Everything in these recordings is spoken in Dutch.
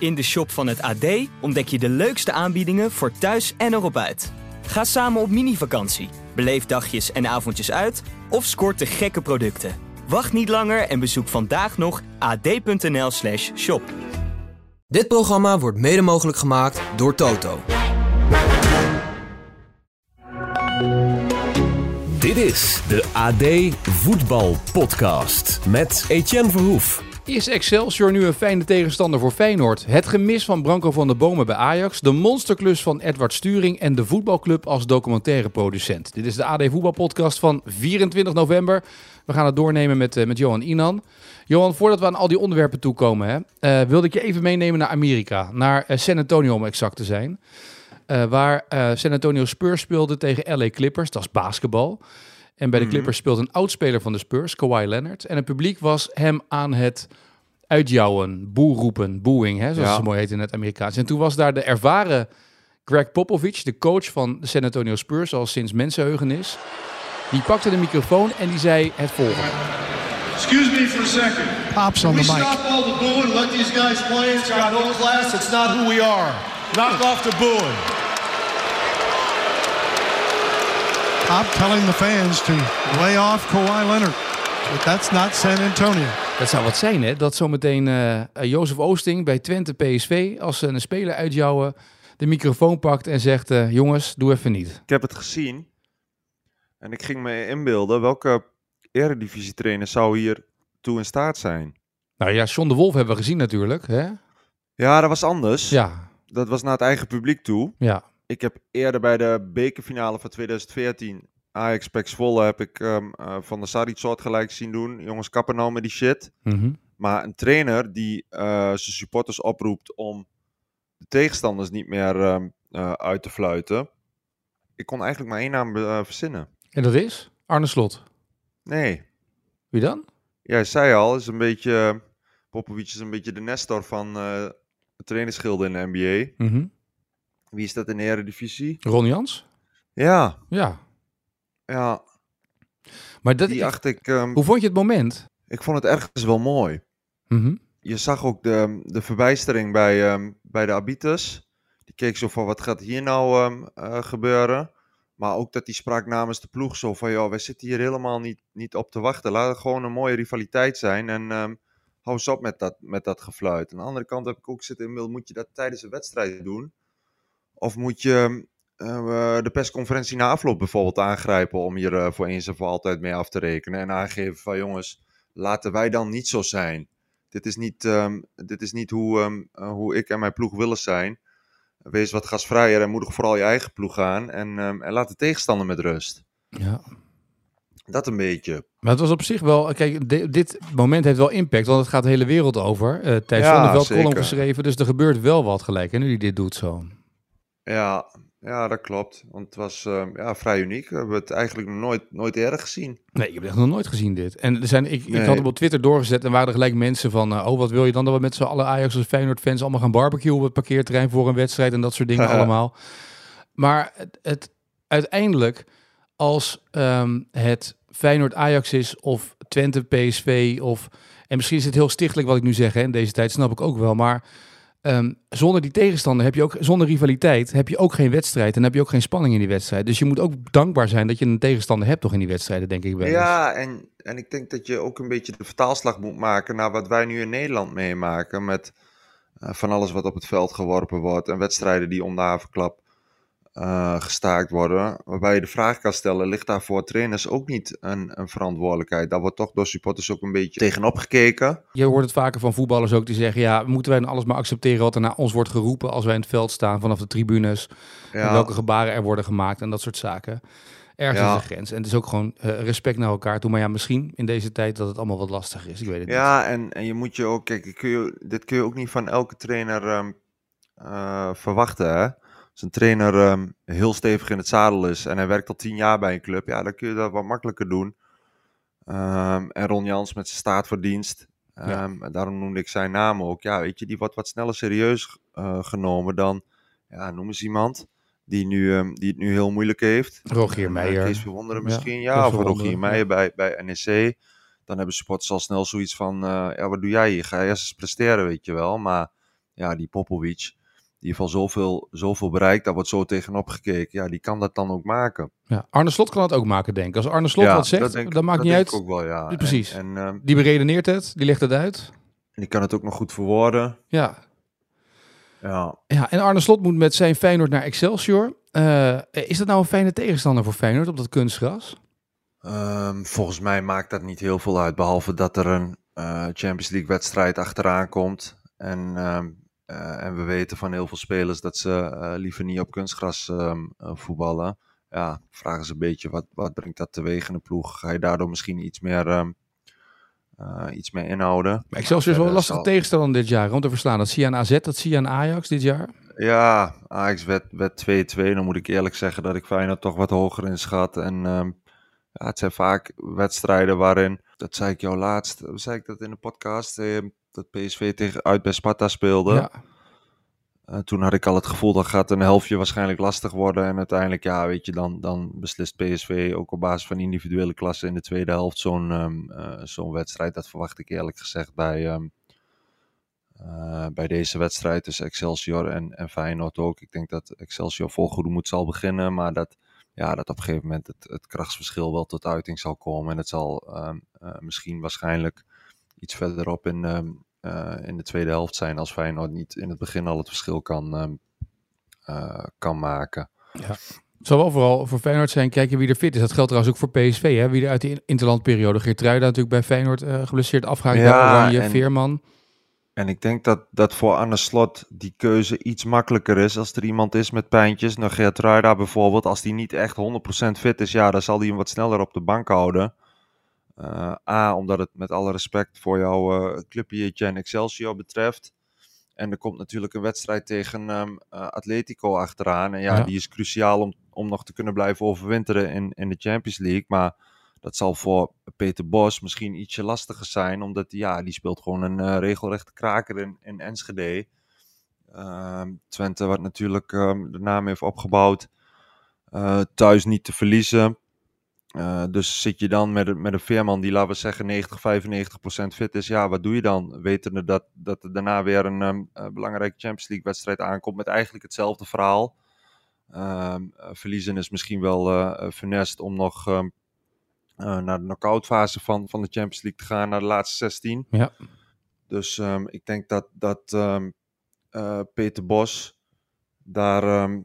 In de shop van het AD ontdek je de leukste aanbiedingen voor thuis en erop uit. Ga samen op mini-vakantie, beleef dagjes en avondjes uit of scoort de gekke producten. Wacht niet langer en bezoek vandaag nog ad.nl/shop. Dit programma wordt mede mogelijk gemaakt door Toto. Dit is de AD Voetbal Podcast met Etienne Verhoef. Is Excelsior nu een fijne tegenstander voor Feyenoord? Het gemis van Branko van der Bomen bij Ajax, de monsterklus van Edward Sturing en de voetbalclub als documentaire producent. Dit is de AD Voetbal Podcast van 24 november. We gaan het doornemen met Johan Inan. Johan, voordat we aan al die onderwerpen toekomen, wilde ik je even meenemen naar Amerika. Naar San Antonio om exact te zijn. Waar San Antonio Spurs speelde tegen LA Clippers, dat is basketbal. En bij de Clippers speelt een oudspeler van de Spurs, Kawhi Leonard. En het publiek was hem aan het uitjouwen, boeroepen, booing, zoals het zo mooi heet in het Amerikaans. En toen was daar de ervaren Greg Popovich, de coach van de San Antonio Spurs, al sinds mensenheugenis. Die pakte de microfoon en die zei het volgende. Excuse me for a second. Pops on the mic. Stop all the booing and let these guys play. It's got no class. It's not who we are. Knock off the booing. I'm telling the fans to lay off Kawhi Leonard. But that's not San Antonio. Dat zou wat zijn, hè? Dat zometeen Jozef Oosting bij Twente PSV, als ze een speler uitjouwen, de microfoon pakt en zegt, jongens, doe even niet. Ik heb het gezien en ik ging me inbeelden welke eredivisietrainer zou hier toe in staat zijn. Nou ja, John de Wolf hebben we gezien natuurlijk, hè? Ja, dat was anders. Ja. Dat was naar het eigen publiek toe. Ja. Ik heb eerder bij de bekerfinale van 2014, Ajax PEC Zwolle, heb ik Van der Sar iets soortgelijks zien doen. Jongens, kappen nou met die shit. Mm-hmm. Maar een trainer die zijn supporters oproept om de tegenstanders niet meer uit te fluiten. Ik kon eigenlijk maar één naam verzinnen. En dat is? Arne Slot. Nee. Wie dan? Jij zei al, is een beetje, Popovic is een beetje de Nestor van het trainersgilde in de NBA. Mm-hmm. Wie is dat in de Eredivisie? Ron Jans? Ja. Ja. Ja. Maar dat, Die acht ik... hoe vond je het moment? Ik vond het ergens wel mooi. Mm-hmm. Je zag ook de verbijstering bij de arbiters. Die keek zo van, wat gaat hier nou gebeuren? Maar ook dat die sprak namens de ploeg zo van, joh, wij zitten hier helemaal niet op te wachten. Laat het gewoon een mooie rivaliteit zijn en hou eens op met dat gefluit. Aan de andere kant heb ik ook zitten in, moet je dat tijdens een wedstrijd doen? Of moet je de persconferentie na afloop bijvoorbeeld aangrijpen om hier voor eens en voor altijd mee af te rekenen en aangeven van, jongens, laten wij dan niet zo zijn. Dit is niet hoe ik en mijn ploeg willen zijn. Wees wat gasvrijer en moedig vooral je eigen ploeg aan. En laat de tegenstander met rust. Ja. Dat een beetje. Maar het was op zich wel... Kijk, dit moment heeft wel impact, want het gaat de hele wereld over. Thijs Zonneveld column geschreven, dus er gebeurt wel wat gelijk. En nu die dit doet zo. Ja, dat klopt. Want het was vrij uniek. We hebben het eigenlijk nooit eerder gezien. Nee, ik heb het echt nog nooit gezien dit. En ik had hem op Twitter doorgezet en waren er gelijk mensen van... wat wil je dan? Dat we met z'n allen Ajax als Feyenoord-fans allemaal gaan barbecuen op het parkeerterrein voor een wedstrijd en dat soort dingen allemaal. Maar uiteindelijk, als het Feyenoord-Ajax is of Twente PSV of... En misschien is het heel stichtelijk wat ik nu zeg, hè, in deze tijd, snap ik ook wel, maar... zonder die tegenstander heb je ook, zonder rivaliteit heb je ook geen wedstrijd en heb je ook geen spanning in die wedstrijd. Dus je moet ook dankbaar zijn dat je een tegenstander hebt toch in die wedstrijden, denk ik wel. Ja, en ik denk dat je ook een beetje de vertaalslag moet maken naar wat wij nu in Nederland meemaken met van alles wat op het veld geworpen wordt en wedstrijden die om de havenklap gestaakt worden. Waarbij je de vraag kan stellen, ligt daar voor trainers ook niet een verantwoordelijkheid? Daar wordt toch door supporters ook een beetje tegenop gekeken. Je hoort het vaker van voetballers ook die zeggen, ja, moeten wij dan alles maar accepteren wat er naar ons wordt geroepen als wij in het veld staan vanaf de tribunes? Ja. En welke gebaren er worden gemaakt en dat soort zaken. Ergens is de grens. En het is ook gewoon respect naar elkaar toe. Maar ja, misschien in deze tijd dat het allemaal wat lastiger is. Ik weet het niet. Ja, en je moet je ook, kijk, dit kun je ook niet van elke trainer verwachten, hè? Als een trainer heel stevig in het zadel is en hij werkt al 10 jaar bij een club, ja, dan kun je dat wat makkelijker doen. En Ron Jans met zijn staat voor dienst, daarom noemde ik zijn naam ook. Ja, weet je, die wordt wat sneller serieus genomen dan, noem eens iemand die het nu heel moeilijk heeft. Rogier Meijer. Kees Verwonderen misschien, of Rogier Meijer bij NEC. Dan hebben supporters al snel zoiets van, wat doe jij hier? Ga je eerst eens presteren, weet je wel. Maar die Popovic, die heeft al zoveel bereikt, daar wordt zo tegenop gekeken. Ja, die kan dat dan ook maken. Ja, Arne Slot kan dat ook maken, denk ik. Als Arne Slot wat zegt, dat maakt niet uit. Ook wel, ja. Precies. Die beredeneert het, die legt het uit. En die kan het ook nog goed verwoorden. Ja. Ja, en Arne Slot moet met zijn Feyenoord naar Excelsior. Is dat nou een fijne tegenstander voor Feyenoord op dat kunstgras? Volgens mij maakt dat niet heel veel uit, behalve dat er een Champions League wedstrijd achteraan komt. En we weten van heel veel spelers dat ze liever niet op kunstgras voetballen. Ja, vragen ze een beetje, wat brengt dat teweeg in de ploeg? Ga je daardoor misschien iets meer inhouden? Maar Excelsior is wel een lastige tegenstander dit jaar om te verslaan. Dat zie je aan AZ, dat zie je aan Ajax dit jaar. Ja, Ajax werd 2-2. Dan moet ik eerlijk zeggen dat ik Feyenoord toch wat hoger inschat. En het zijn vaak wedstrijden waarin, dat zei ik jou laatst, zei ik dat in de podcast, dat PSV uit bij Sparta speelde. Ja. Toen had ik al het gevoel dat gaat een helftje waarschijnlijk lastig worden. En uiteindelijk, dan beslist PSV ook op basis van individuele klassen in de tweede helft zo'n wedstrijd. Dat verwacht ik eerlijk gezegd bij deze wedstrijd tussen Excelsior en Feyenoord ook. Ik denk dat Excelsior vol goede moed zal beginnen, maar dat op een gegeven moment het krachtsverschil wel tot uiting zal komen. En het zal misschien waarschijnlijk iets verderop in de tweede helft zijn als Feyenoord niet in het begin al het verschil kan maken. Ja. Het zal wel vooral voor Feyenoord zijn kijken wie er fit is. Dat geldt trouwens ook voor PSV. Hè? Wie er uit de interlandperiode. Geertruida natuurlijk bij Feyenoord geblesseerd afgehaakt. Bij Oranje, Veerman. En ik denk dat voor Arne Slot die keuze iets makkelijker is als er iemand is met pijntjes. Nou, Geertruida bijvoorbeeld, als die niet echt 100% fit is, dan zal hij hem wat sneller op de bank houden. Omdat het met alle respect voor jouw clubje Etienne Excelsior betreft. En er komt natuurlijk een wedstrijd tegen Atletico achteraan. En die is cruciaal om nog te kunnen blijven overwinteren in de Champions League. Maar dat zal voor Peter Bos misschien ietsje lastiger zijn. Omdat die speelt gewoon een regelrechte kraker in Enschede. Twente, wat natuurlijk de naam heeft opgebouwd. Thuis niet te verliezen. Dus zit je dan met een Veerman die, laten we zeggen, 90-95% fit is. Ja, wat doe je dan? Wetende dat er daarna weer een belangrijke Champions League wedstrijd aankomt met eigenlijk hetzelfde verhaal. Verliezen is misschien wel funest om nog naar de knock-out fase van de Champions League te gaan, naar de laatste 16. Ja. Dus ik denk dat Peter Bos daar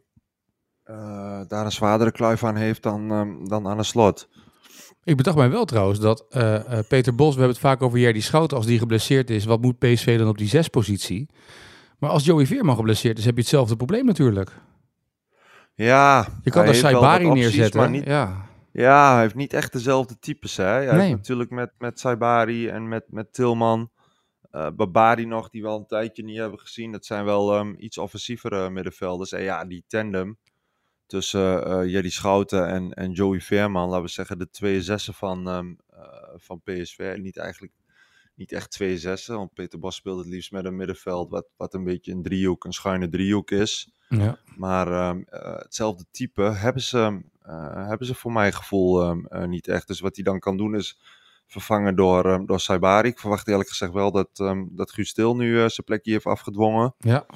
een zwaardere kluif aan heeft dan Arne Slot. Ik bedacht mij wel trouwens dat Peter Bos, we hebben het vaak over Jerdy Schouten, als die geblesseerd is, wat moet PSV dan op die 6-positie? Maar als Joey Veerman geblesseerd is, heb je hetzelfde probleem natuurlijk. Ja. Je kan daar Saibari neerzetten. Maar niet, ja, hij heeft niet echt dezelfde types. Hè? Hij heeft natuurlijk met Saibari en met Tilman, Babari nog, die we al een tijdje niet hebben gezien. Dat zijn wel iets offensievere middenvelders. En ja, die tandem tussen Jerdy Schouten en Joey Veerman, laten we zeggen de 2 zessen van PSV. Niet echt 2 zessen, want Peter Bos speelt het liefst met een middenveld wat een beetje een schuine driehoek is. Ja. Maar hetzelfde type hebben ze voor mijn gevoel niet echt. Dus wat hij dan kan doen is vervangen door Saibari. Ik verwacht eerlijk gezegd wel dat Guus Til nu zijn plekje heeft afgedwongen. Ja.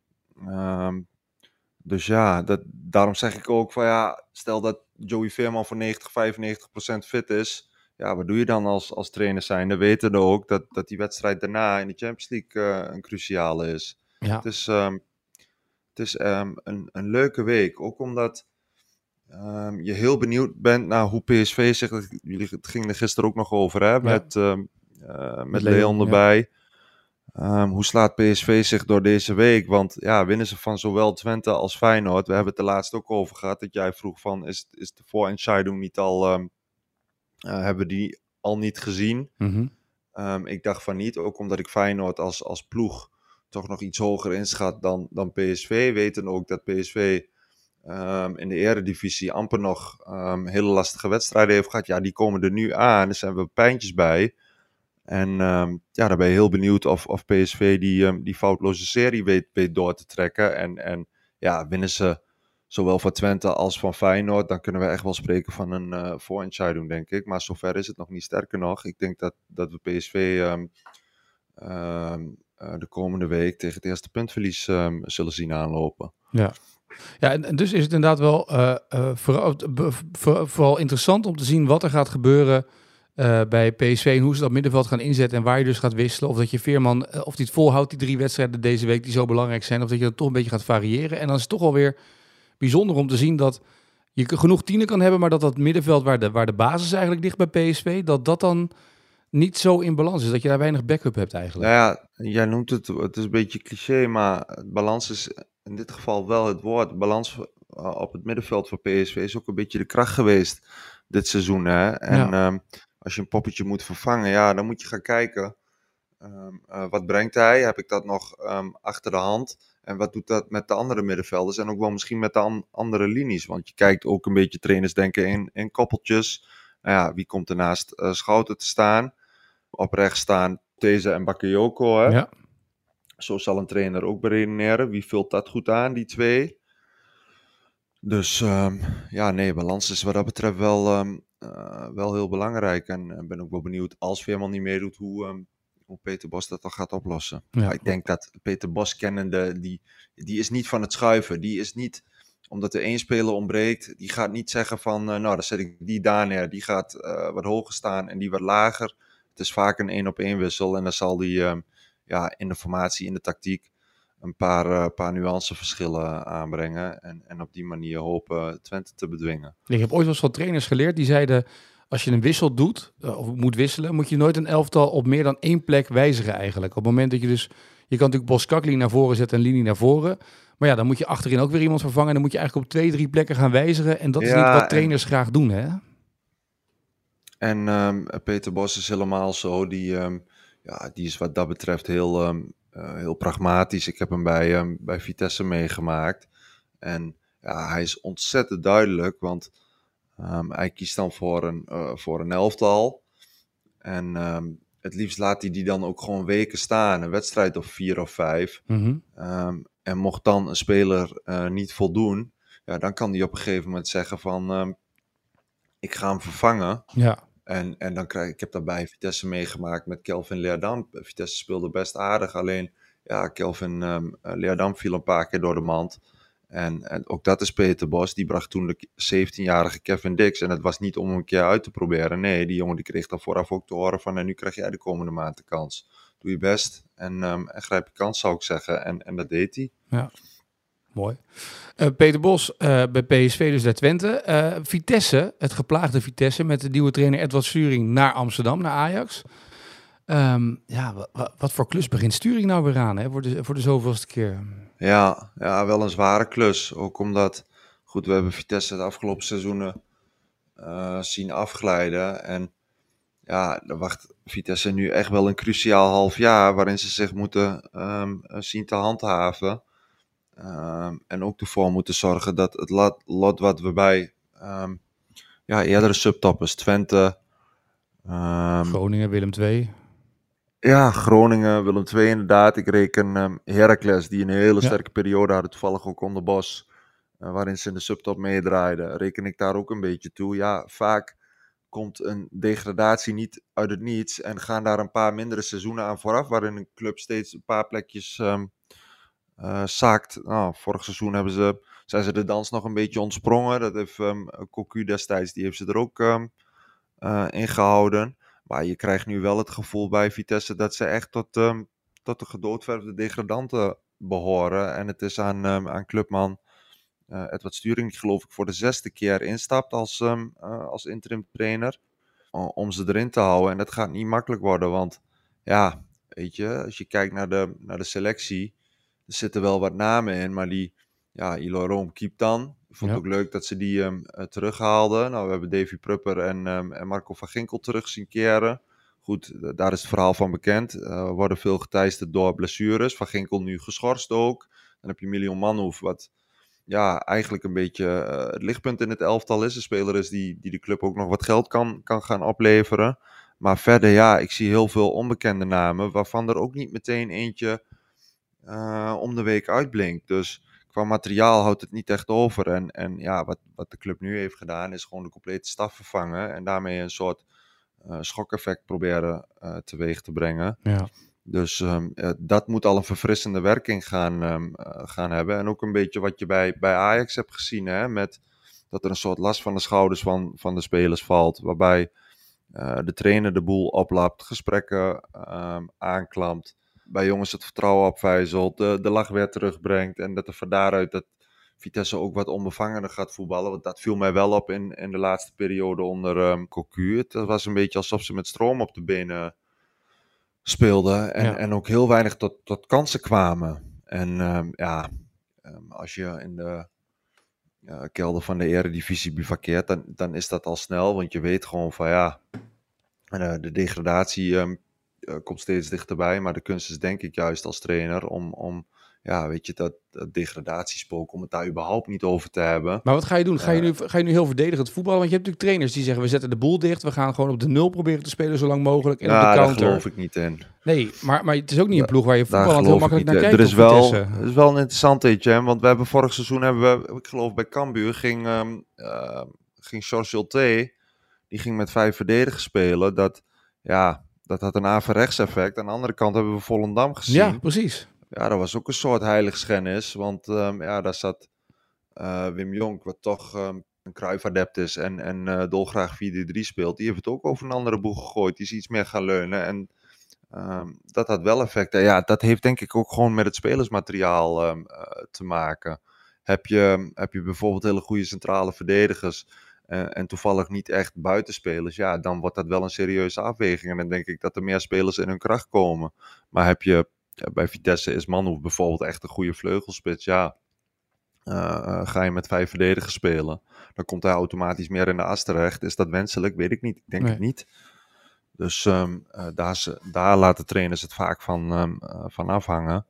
Dus ja, daarom zeg ik ook van stel dat Joey Veerman voor 90-95% fit is. Ja, wat doe je dan als trainer zijn? Dan weten we ook dat die wedstrijd daarna in de Champions League een cruciale is. Ja. Het is een leuke week. Ook omdat je heel benieuwd bent naar hoe PSV zich... Het ging er gisteren ook nog over, hè? Met Leon erbij. Hoe slaat PSV zich door deze week? Want winnen ze van zowel Twente als Feyenoord. We hebben het er laatst ook over gehad. Dat jij vroeg van, is de voorentscheiding niet al... hebben we die al niet gezien? Mm-hmm. Ik dacht van niet. Ook omdat ik Feyenoord als ploeg toch nog iets hoger inschat dan PSV. Weten ook dat PSV in de eredivisie amper nog hele lastige wedstrijden heeft gehad. Ja, die komen er nu aan. Er zijn wel pijntjes bij. En daar ben je heel benieuwd of PSV die foutloze serie weet door te trekken. En winnen ze zowel van Twente als van Feyenoord, dan kunnen we echt wel spreken van een voorentscheiding, denk ik. Maar zover is het nog niet. Sterker nog, ik denk dat we PSV de komende week tegen het eerste puntverlies zullen zien aanlopen. Ja, en dus is het inderdaad wel vooral interessant om te zien wat er gaat gebeuren bij PSV en hoe ze dat middenveld gaan inzetten en waar je dus gaat wisselen. Of dat je Veerman, of die het volhoudt, die 3 wedstrijden deze week die zo belangrijk zijn, of dat je dat toch een beetje gaat variëren. En dan is het toch wel weer bijzonder om te zien dat je genoeg tienen kan hebben, maar dat middenveld waar de basis eigenlijk ligt bij PSV, dat dan niet zo in balans is. Dat je daar weinig backup hebt eigenlijk. Nou ja, jij noemt het is een beetje cliché, maar balans is in dit geval wel het woord. Balans op het middenveld voor PSV is ook een beetje de kracht geweest dit seizoen. Hè? En als je een poppetje moet vervangen, dan moet je gaan kijken. Wat brengt hij? Heb ik dat nog achter de hand? En wat doet dat met de andere middenvelders? En ook wel misschien met de andere linies. Want je kijkt ook een beetje trainers denken in koppeltjes. Wie komt er naast Schouten te staan? Op rechts staan These en Bakayoko. Hè? Ja. Zo zal een trainer ook beredeneren. Wie vult dat goed aan, die 2? Dus balans is wat dat betreft wel heel belangrijk. En ben ook wel benieuwd als Veerman niet meedoet hoe Peter Bos dat dan gaat oplossen. Ja. Maar ik denk dat Peter Bos kennende, die is niet van het schuiven. Die is niet, omdat er 1 speler ontbreekt, die gaat niet zeggen van, dan zet ik die daar neer. Die gaat wat hoger staan en die wat lager. Het is vaak een 1-op-1 wissel en dan zal die in de formatie, in de tactiek, een paar nuanceverschillen aanbrengen. En op die manier hopen Twente te bedwingen. Ik heb ooit wel eens van trainers geleerd die zeiden, als je een wissel doet, of moet wisselen, moet je nooit een elftal op meer dan 1 plek wijzigen eigenlijk. Op het moment dat je dus, je kan natuurlijk Boskakli naar voren zetten en Lini naar voren. Maar dan moet je achterin ook weer iemand vervangen. En dan moet je eigenlijk op 2, 3 plekken gaan wijzigen. En dat is niet wat trainers graag doen, hè? En Peter Bos is helemaal zo. Die is wat dat betreft heel pragmatisch. Ik heb hem bij Vitesse meegemaakt. En hij is ontzettend duidelijk. Want hij kiest dan voor een elftal. En het liefst laat hij die dan ook gewoon weken staan. Een wedstrijd of 4 of 5. Mm-hmm. En mocht dan een speler niet voldoen. Dan kan hij op een gegeven moment zeggen van, ik ga hem vervangen. Ja. En dan ik heb dat bij Vitesse meegemaakt met Kelvin Leerdam. Vitesse speelde best aardig, alleen Kelvin Leerdam viel een paar keer door de mand. En ook dat is Peter Bos, die bracht toen de 17-jarige Kevin Dix. En het was niet om hem een keer uit te proberen. Nee, die jongen die kreeg dan vooraf ook te horen van, en nu krijg jij de komende maand de kans. Doe je best en grijp je kans, zou ik zeggen. En dat deed hij. Ja, mooi. Peter Bos bij PSV, dus naar Twente. Vitesse, het geplaagde Vitesse met de nieuwe trainer Edward Sturing naar Amsterdam, naar Ajax. Wat voor klus begint Sturing nou weer aan, hè, voor de zoveelste keer? Ja, wel een zware klus. Ook omdat, goed, we hebben Vitesse de afgelopen seizoenen zien afglijden. En dan wacht Vitesse nu echt wel een cruciaal half jaar waarin ze zich moeten zien te handhaven. En ook ervoor moeten zorgen dat het lot wat we bij eerdere subtoppers, Twente, Groningen, Willem II. Ja, Groningen, Willem II inderdaad. Ik reken Heracles, die een hele sterke periode hadden, toevallig ook onder Bos, waarin ze in de subtop meedraaiden, reken ik daar ook een beetje toe. Ja, vaak komt een degradatie niet uit het niets en gaan daar een paar mindere seizoenen aan vooraf, waarin een club steeds een paar plekjes zakt. Nou, vorig seizoen zijn ze de dans nog een beetje ontsprongen. Dat heeft Cocu destijds, die heeft ze er ook in gehouden. Maar je krijgt nu wel het gevoel bij Vitesse dat ze echt tot de gedoodverfde degradanten behoren. En het is aan clubman Edward Sturing, die geloof ik voor de 6e keer instapt als interim trainer, om ze erin te houden. En dat gaat niet makkelijk worden, want weet je, als je kijkt naar de selectie, er zitten wel wat namen in, maar Eloy Room keept dan. Ik vond het ook leuk dat ze die terughaalden. Nou, we hebben Davy Prupper en Marco van Ginkel terug zien keren. Goed, daar is het verhaal van bekend. Worden veel geteisterd door blessures. Van Ginkel nu geschorst ook. Dan heb je Milion Manhoef, wat eigenlijk een beetje het lichtpunt in het elftal is. Een speler is die de club ook nog wat geld kan gaan opleveren. Maar verder, ik zie heel veel onbekende namen, waarvan er ook niet meteen eentje om de week uitblinkt. Dus qua materiaal houdt het niet echt over. En wat de club nu heeft gedaan, is gewoon de complete staf vervangen. En daarmee een soort schokeffect proberen teweeg te brengen. Ja. Dus dat moet al een verfrissende werking gaan hebben. En ook een beetje wat je bij Ajax hebt gezien, hè, met dat er een soort last van de schouders van de spelers valt. Waarbij de trainer de boel oplapt, gesprekken aanklampt. Bij jongens het vertrouwen opvijzelt, de lach weer terugbrengt. En dat er van daaruit dat Vitesse ook wat onbevangener gaat voetballen. Want dat viel mij wel op in de laatste periode onder Cocu. Het was een beetje alsof ze met stroom op de benen speelden. En ook heel weinig tot kansen kwamen. En als je in de kelder van de Eredivisie bivakkeert, dan is dat al snel. Want je weet gewoon van de degradatie komt steeds dichterbij. Maar de kunst is denk ik juist als trainer om dat degradatiespook, om het daar überhaupt niet over te hebben. Maar wat ga je doen? Ga je nu heel verdedigend voetballen? Want je hebt natuurlijk trainers die zeggen, we zetten de boel dicht. We gaan gewoon op de 0 proberen te spelen zo lang mogelijk. En op de counter. Daar geloof ik niet in. Nee, maar het is ook niet een ploeg waar je voetbal heel makkelijk naar kijkt. Er is wel een interessant beetje, want we hebben vorig seizoen, ik geloof bij Cambuur, ging Georges Ulte, die ging met 5 verdedigers spelen. Dat had een averechts effect. Aan de andere kant hebben we Volendam gezien. Ja, precies. Ja, dat was ook een soort heiligschennis. Want daar zat Wim Jonk, wat toch een Cruijff-adept is en dolgraag 4-3 speelt. Die heeft het ook over een andere boeg gegooid. Die is iets meer gaan leunen. En dat had wel effect. Ja, dat heeft denk ik ook gewoon met het spelersmateriaal te maken. Heb je bijvoorbeeld hele goede centrale verdedigers en toevallig niet echt buitenspelers, dan wordt dat wel een serieuze afweging. En dan denk ik dat er meer spelers in hun kracht komen. Maar heb je bij Vitesse is Manhoef bijvoorbeeld echt een goede vleugelspits. Ga je met 5 verdedigers spelen, dan komt hij automatisch meer in de as terecht. Is dat wenselijk? Weet ik niet. Ik denk het niet. Dus daar laten trainers het vaak van afhangen.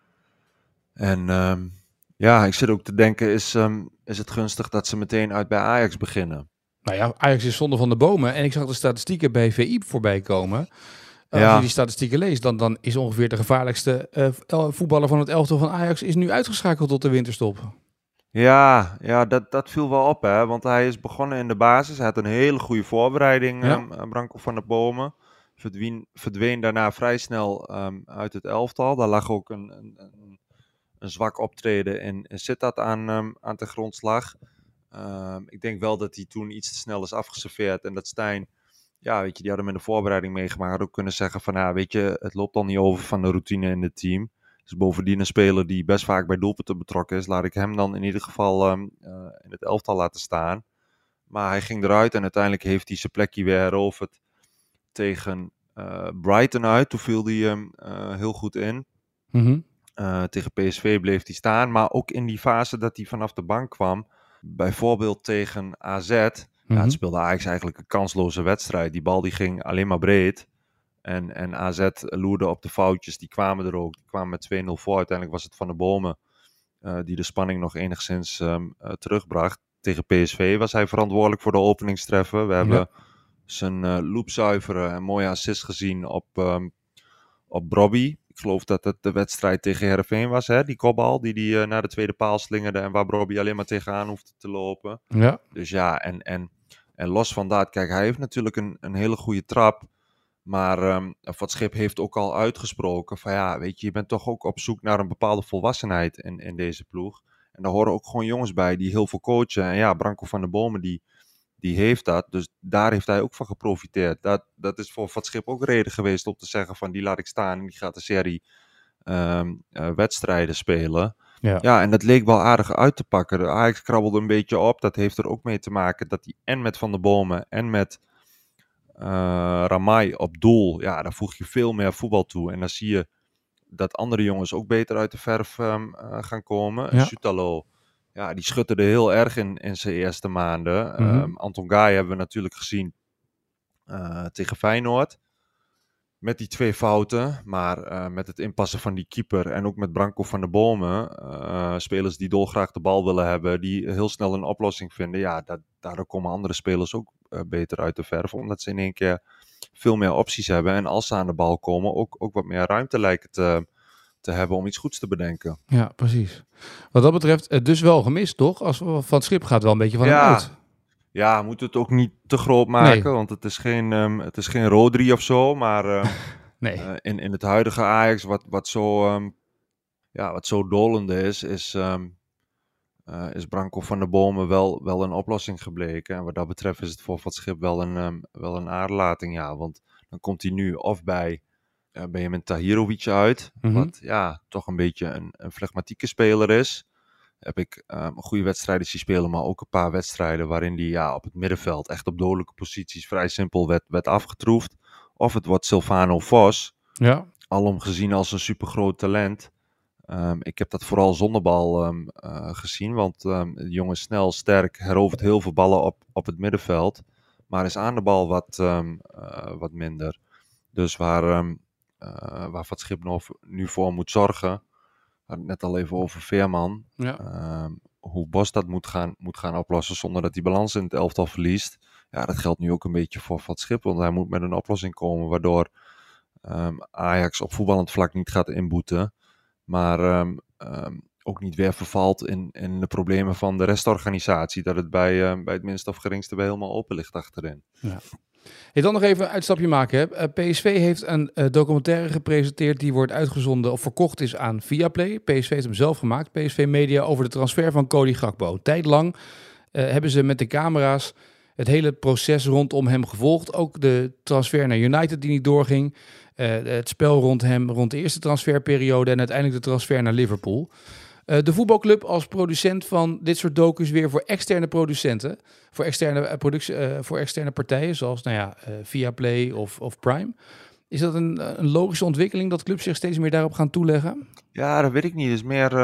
En ik zit ook te denken, is het gunstig dat ze meteen uit bij Ajax beginnen? Nou ja, Ajax is zonde van de bomen. En ik zag de statistieken bij VI voorbij komen. Als je die statistieken leest, dan is ongeveer de gevaarlijkste voetballer van het elftal van Ajax is nu uitgeschakeld tot de winterstop. Ja, dat viel wel op, hè? Want hij is begonnen in de basis. Hij had een hele goede voorbereiding, Branko van der Bomen. Verdween daarna vrij snel uit het elftal. Daar lag ook een zwak optreden in Sittard aan ten grondslag. Ik denk wel dat hij toen iets te snel is afgeserveerd en dat Stijn, die hadden hem in de voorbereiding meegemaakt, had ook kunnen zeggen van, het loopt al niet over van de routine in het team. Dus bovendien een speler die best vaak bij doelpunten betrokken is, laat ik hem dan in ieder geval in het elftal laten staan. Maar hij ging eruit en uiteindelijk heeft hij zijn plekje weer heroverd tegen Brighton uit. Toen viel hij hem heel goed in. Mm-hmm. Tegen PSV bleef hij staan, maar ook in die fase dat hij vanaf de bank kwam, bijvoorbeeld tegen AZ, het speelde Ajax eigenlijk een kansloze wedstrijd. Die bal die ging alleen maar breed. En AZ loerde op de foutjes, die kwamen er ook. Die kwamen met 2-0 voor. Uiteindelijk was het Van der Bomen die de spanning nog enigszins terugbracht. Tegen PSV was hij verantwoordelijk voor de openingstreffer. We hebben zijn loopzuivere en mooie assist gezien op Brobby. Ik geloof dat het de wedstrijd tegen Heerenveen was, hè? Die kopbal die hij naar de tweede paal slingerde en waar Brobby alleen maar tegenaan hoefde te lopen. Ja. Dus en los van dat, kijk, hij heeft natuurlijk een hele goede trap. Maar Van Schip heeft ook al uitgesproken van je bent toch ook op zoek naar een bepaalde volwassenheid in deze ploeg. En daar horen ook gewoon jongens bij die heel veel coachen. En Branko van der Bomen die heeft dat. Dus daar heeft hij ook van geprofiteerd. Dat is voor Van Schip ook reden geweest om te zeggen van die laat ik staan en die gaat een serie wedstrijden spelen. Ja, en dat leek wel aardig uit te pakken. De Ajax krabbelde een beetje op. Dat heeft er ook mee te maken dat hij en met Van der Bomen en met Ramai op doel, daar voeg je veel meer voetbal toe. En dan zie je dat andere jongens ook beter uit de verf gaan komen. Ja. Soutalo, die schutterde heel erg in zijn eerste maanden. Anton Gaay hebben we natuurlijk gezien tegen Feyenoord. Met die 2 fouten, maar met het inpassen van die keeper en ook met Branko van der Bomen, spelers die dolgraag de bal willen hebben, die heel snel een oplossing vinden, daardoor komen andere spelers ook beter uit de verf, omdat ze in één keer veel meer opties hebben en als ze aan de bal komen ook wat meer ruimte lijken te hebben om iets goeds te bedenken. Ja, precies. Wat dat betreft dus wel gemist, toch? Als Van Schip gaat wel een beetje van hem uit. Ja, moet het ook niet te groot maken, want het is geen Rodri of zo, maar Nee. In het huidige Ajax, wat zo dolende is Branko van der Bomen wel een oplossing gebleken. En wat dat betreft is het voor Van Schip wel een aderlating. Ja, want dan komt hij nu of bij Benjamin Tahirovic uit. Wat toch een beetje een flegmatieke speler is. Heb ik een goede wedstrijden zien spelen, maar ook een paar wedstrijden waarin hij op het middenveld echt op dodelijke posities vrij simpel werd afgetroefd. Of het wordt Silvano Vos. Ja. Alom gezien als een supergroot talent. Ik heb dat vooral zonder bal gezien, want de jongen is snel, sterk, herovert heel veel ballen op het middenveld, maar is aan de bal wat minder. Dus waar Van Schip nu voor moet zorgen, we hadden het net al even over Veerman, hoe Bos dat moet gaan oplossen zonder dat hij balans in het elftal verliest. Ja, dat geldt nu ook een beetje voor Van Schip, want hij moet met een oplossing komen waardoor Ajax op voetballend vlak niet gaat inboeten. Maar ook niet weer vervalt in de problemen van de restorganisatie. Dat het bij het minste of geringste bij helemaal open ligt achterin. Ja. Hey, dan nog even een uitstapje maken. Hè. PSV heeft een documentaire gepresenteerd die wordt uitgezonden of verkocht is aan Viaplay. PSV heeft hem zelf gemaakt. PSV Media over de transfer van Cody Gakpo. Tijdlang hebben ze met de camera's het hele proces rondom hem gevolgd. Ook de transfer naar United die niet doorging. Het spel rond hem, rond de eerste transferperiode en uiteindelijk de transfer naar Liverpool. De voetbalclub als producent van dit soort docus weer voor externe producenten, voor externe partijen zoals Viaplay of Prime. Is dat een logische ontwikkeling dat clubs zich steeds meer daarop gaan toeleggen? Ja, dat weet ik niet. Het is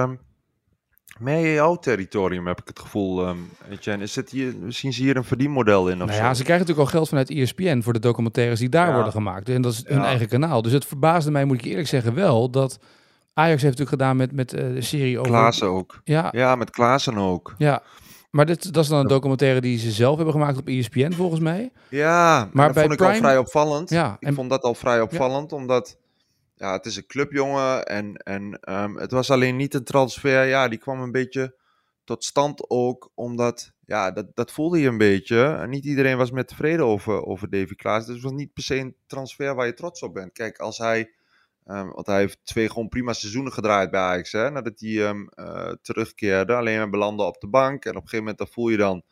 meer jouw territorium, heb ik het gevoel. Zien ze hier een verdienmodel in? Ze krijgen natuurlijk al geld vanuit ESPN voor de documentaires die daar worden gemaakt. En dat is hun eigen kanaal. Dus het verbaasde mij, moet ik eerlijk zeggen, wel dat Ajax heeft natuurlijk gedaan met de serie over Klaassen ook. Ja, met Klaassen ook. Ja, maar dat is dan een documentaire die ze zelf hebben gemaakt op ESPN volgens mij. Ja, maar dat vond ik al vrij opvallend. Ja, ik vond dat al vrij opvallend, omdat het is een clubjongen en het was alleen niet een transfer. Ja, die kwam een beetje tot stand ook, omdat dat voelde je een beetje. En niet iedereen was meer tevreden over Davy Klaas. Dus het was niet per se een transfer waar je trots op bent. Kijk, als hij want hij heeft 2 gewoon prima seizoenen gedraaid bij Ajax, hè, nadat hij terugkeerde. Alleen hij belandde op de bank. En op een gegeven moment dan voel je dan,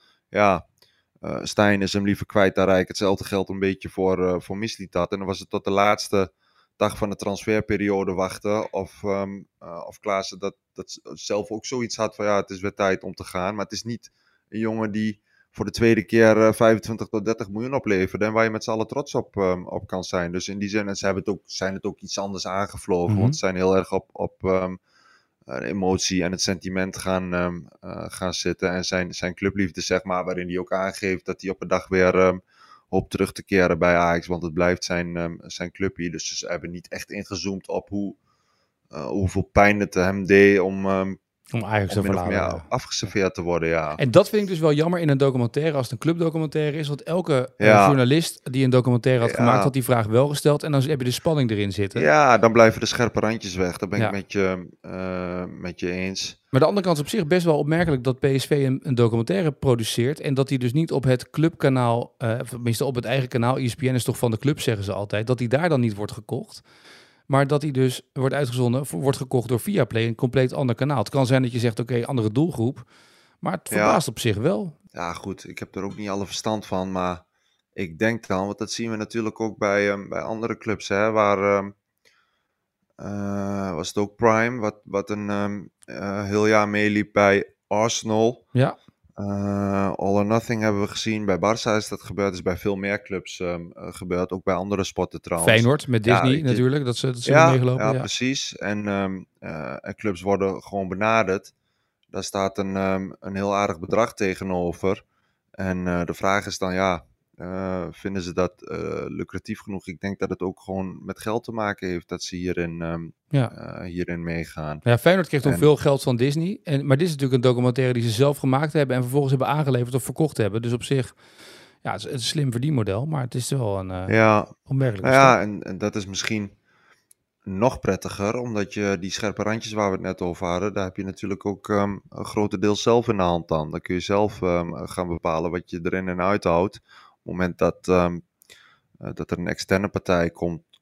Stijn is hem liever kwijt dan Rijk. Hetzelfde geldt een beetje voor Mislintat. En dan was het tot de laatste dag van de transferperiode wachten. Of Klaassen dat zelf ook zoiets had van het is weer tijd om te gaan. Maar het is niet een jongen die voor de tweede keer 25 tot 30 miljoen opleverde. En waar je met z'n allen trots op kan zijn. Dus in die zin, en ze zijn het ook iets anders aangevlogen. Want ze zijn heel erg op de emotie en het sentiment gaan zitten. En zijn clubliefde, zeg maar, waarin hij ook aangeeft dat hij op een dag weer hoopt terug te keren bij Ajax. Want het blijft zijn clubje. Dus ze hebben niet echt ingezoomd op hoeveel pijn het hem deed om Ajax te verlaten. Afgeserveerd te worden, ja. En dat vind ik dus wel jammer in een documentaire, als het een clubdocumentaire is. Want elke journalist die een documentaire had gemaakt, had die vraag wel gesteld. En dan heb je de spanning erin zitten. Ja, dan blijven de scherpe randjes weg. Dat ben ik met je eens. Maar de andere kant is op zich best wel opmerkelijk dat PSV een documentaire produceert. En dat die dus niet op het clubkanaal, tenminste op het eigen kanaal, ESPN is toch van de club, zeggen ze altijd, dat die daar dan niet wordt gekocht. Maar dat hij dus wordt uitgezonden, wordt gekocht door Viaplay, een compleet ander kanaal. Het kan zijn dat je zegt, oké, andere doelgroep. Maar het verbaast op zich wel. Ja, goed. Ik heb er ook niet alle verstand van. Maar ik denk dan, want dat zien we natuurlijk ook bij andere clubs. Hè, waar was het ook Prime, wat een heel jaar meeliep bij Arsenal. Ja. All or Nothing hebben we gezien. Bij Barça is dat gebeurd. is bij veel meer clubs gebeurd. Ook bij andere sporten trouwens. Feyenoord met Disney natuurlijk. Dat ze meegelopen. Ja, precies. En clubs worden gewoon benaderd. Daar staat een heel aardig bedrag tegenover. En de vraag is dan, vinden ze dat lucratief genoeg? Ik denk dat het ook gewoon met geld te maken heeft dat ze hierin meegaan. Ja, Feyenoord kreeg toen veel geld van Disney. Maar dit is natuurlijk een documentaire die ze zelf gemaakt hebben en vervolgens hebben aangeleverd of verkocht hebben. Dus op zich, het is een slim verdienmodel, maar het is wel een onmerkelijk. En dat is misschien nog prettiger, omdat je die scherpe randjes waar we het net over hadden, daar heb je natuurlijk ook een grotendeels zelf in de hand dan. Dan kun je zelf gaan bepalen wat je erin en uithoudt. Op het moment dat er een externe partij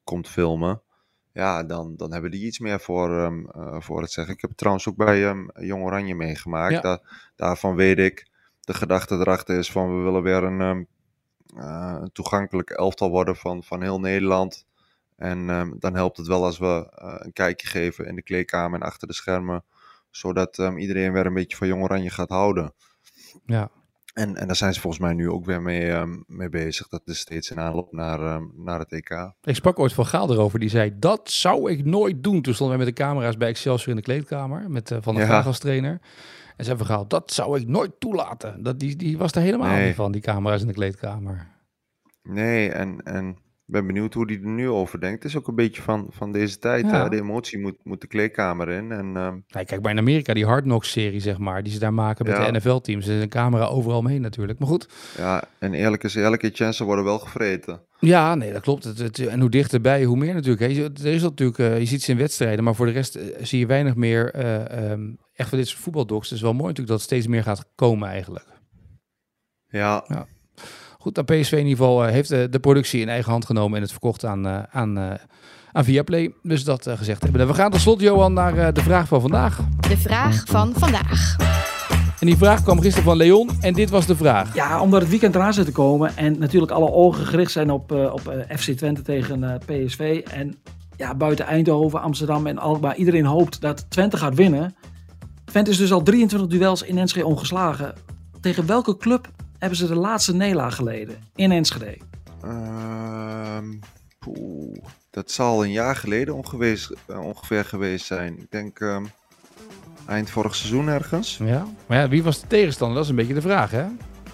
komt filmen. Ja, dan hebben die iets meer voor het zeggen. Ik heb het trouwens ook bij Jong Oranje meegemaakt. Ja. Daarvan weet ik, de gedachte erachter is van we willen weer een toegankelijk elftal worden van heel Nederland. En dan helpt het wel als we een kijkje geven in de kleedkamer en achter de schermen. Zodat iedereen weer een beetje van Jong Oranje gaat houden. Ja. En daar zijn ze volgens mij nu ook weer mee bezig. Dat is steeds in aanloop naar het EK. Ik sprak ooit Van Gaal erover. Die zei, dat zou ik nooit doen. Toen stonden wij met de camera's bij Excelsior in de kleedkamer. Met Van der Gaal als trainer. En zei Van Gaal, dat zou ik nooit toelaten. Die was er helemaal niet van, die camera's in de kleedkamer. Nee, en ik ben benieuwd hoe hij er nu over denkt. Het is ook een beetje van deze tijd. Ja. Hè? De emotie moet de kleedkamer in. En, Kijk maar in Amerika, die Hard Knocks-serie, zeg maar. Die ze daar maken met de NFL-teams. Er is een camera overal omheen natuurlijk. Maar goed. Ja, en eerlijk is eerlijk, chances worden wel gevreten. Ja, nee, dat klopt. En hoe dichterbij, hoe meer natuurlijk. Hè. Er is natuurlijk, je ziet ze in wedstrijden, maar voor de rest zie je weinig meer echt van dit soort voetbaldocs. Het is wel mooi natuurlijk dat het steeds meer gaat komen eigenlijk. Ja. Goed, dan PSV in ieder geval heeft de productie in eigen hand genomen en het verkocht aan Viaplay. Dus dat gezegd hebben. We gaan tot slot, Johan, naar de vraag van vandaag. De vraag van vandaag. En die vraag kwam gisteren van Leon en dit was de vraag. Ja, omdat het weekend eraan zit te komen en natuurlijk alle ogen gericht zijn op FC Twente tegen PSV. En ja, buiten Eindhoven, Amsterdam en Alkmaar, iedereen hoopt dat Twente gaat winnen. Twente is dus al 23 duels in Enschede ongeslagen. Tegen welke club hebben ze de laatste nederlaag geleden in Enschede? Dat zal een jaar geleden ongeveer geweest zijn. Ik denk eind vorig seizoen ergens. Ja, maar ja, wie was de tegenstander? Dat is een beetje de vraag, hè?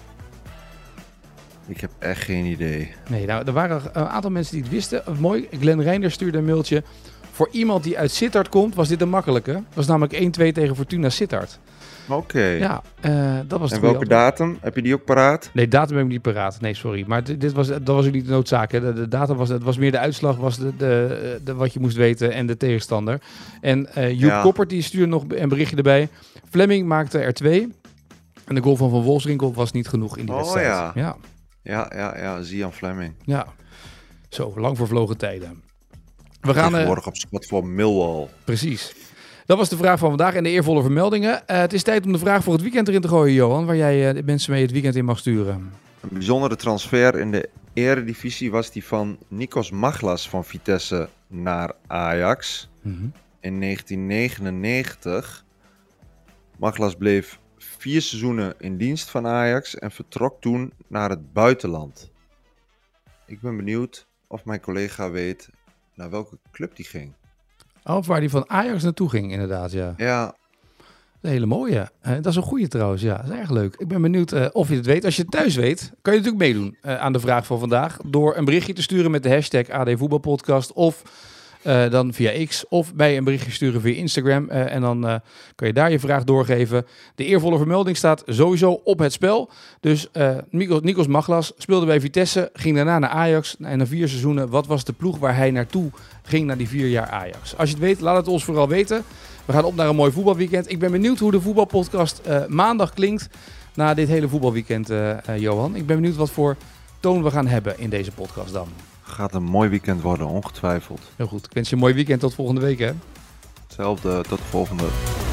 Ik heb echt geen idee. Nee, nou, er waren een aantal mensen die het wisten. Mooi, Glenn Reinders stuurde een mailtje. Voor iemand die uit Sittard komt, was dit een makkelijke. Dat was namelijk 1-2 tegen Fortuna Sittard. Oké. Ja, dat was. En welke datum? Heb je die ook paraat? Nee, datum heb ik niet paraat. Nee, sorry. Maar dat was ook niet de noodzaak. Hè. De datum was meer de uitslag, was de wat je moest weten en de tegenstander. En Joep Koppert die stuurde nog een berichtje erbij. Fleming maakte er 2. En de goal van Wolfswinkel was niet genoeg in die wedstrijd. Ja, Zian Fleming. Ja, zo, lang vervlogen tijden. We gaan tegenwoordig op schot voor Millwall. Precies. Dat was de vraag van vandaag en de eervolle vermeldingen. Het is tijd om de vraag voor het weekend erin te gooien, Johan. Waar jij de mensen mee het weekend in mag sturen. Een bijzondere transfer in de eredivisie was die van Nikos Maglas van Vitesse naar Ajax. Mm-hmm. In 1999. Maglas bleef 4 seizoenen in dienst van Ajax en vertrok toen naar het buitenland. Ik ben benieuwd of mijn collega weet naar welke club die ging. Of waar die van Ajax naartoe ging, inderdaad, ja. Ja. Een hele mooie. Dat is een goeie trouwens, ja. Dat is erg leuk. Ik ben benieuwd of je het weet. Als je het thuis weet, kan je natuurlijk meedoen aan de vraag van vandaag. Door een berichtje te sturen met de hashtag AD Voetbalpodcast. Of dan via X. Of bij een berichtje sturen via Instagram. En dan kan je daar je vraag doorgeven. De eervolle vermelding staat sowieso op het spel. Dus Nikos Maglas speelde bij Vitesse. Ging daarna naar Ajax. En na 4 seizoenen, wat was de ploeg waar hij naartoe ging na die 4 jaar Ajax? Als je het weet, laat het ons vooral weten. We gaan op naar een mooi voetbalweekend. Ik ben benieuwd hoe de voetbalpodcast maandag klinkt na dit hele voetbalweekend, Johan. Ik ben benieuwd wat voor toon we gaan hebben in deze podcast dan. Gaat een mooi weekend worden, ongetwijfeld. Heel goed. Ik wens je een mooi weekend. Tot volgende week, hè? Hetzelfde, tot de volgende.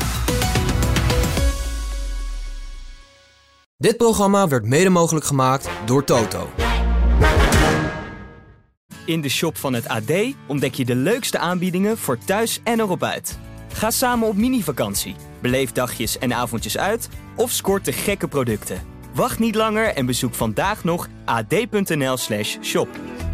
Dit programma werd mede mogelijk gemaakt door Toto. In de shop van het AD ontdek je de leukste aanbiedingen voor thuis en erop uit. Ga samen op mini-vakantie, beleef dagjes en avondjes uit of scoort de gekke producten. Wacht niet langer en bezoek vandaag nog ad.nl/shop.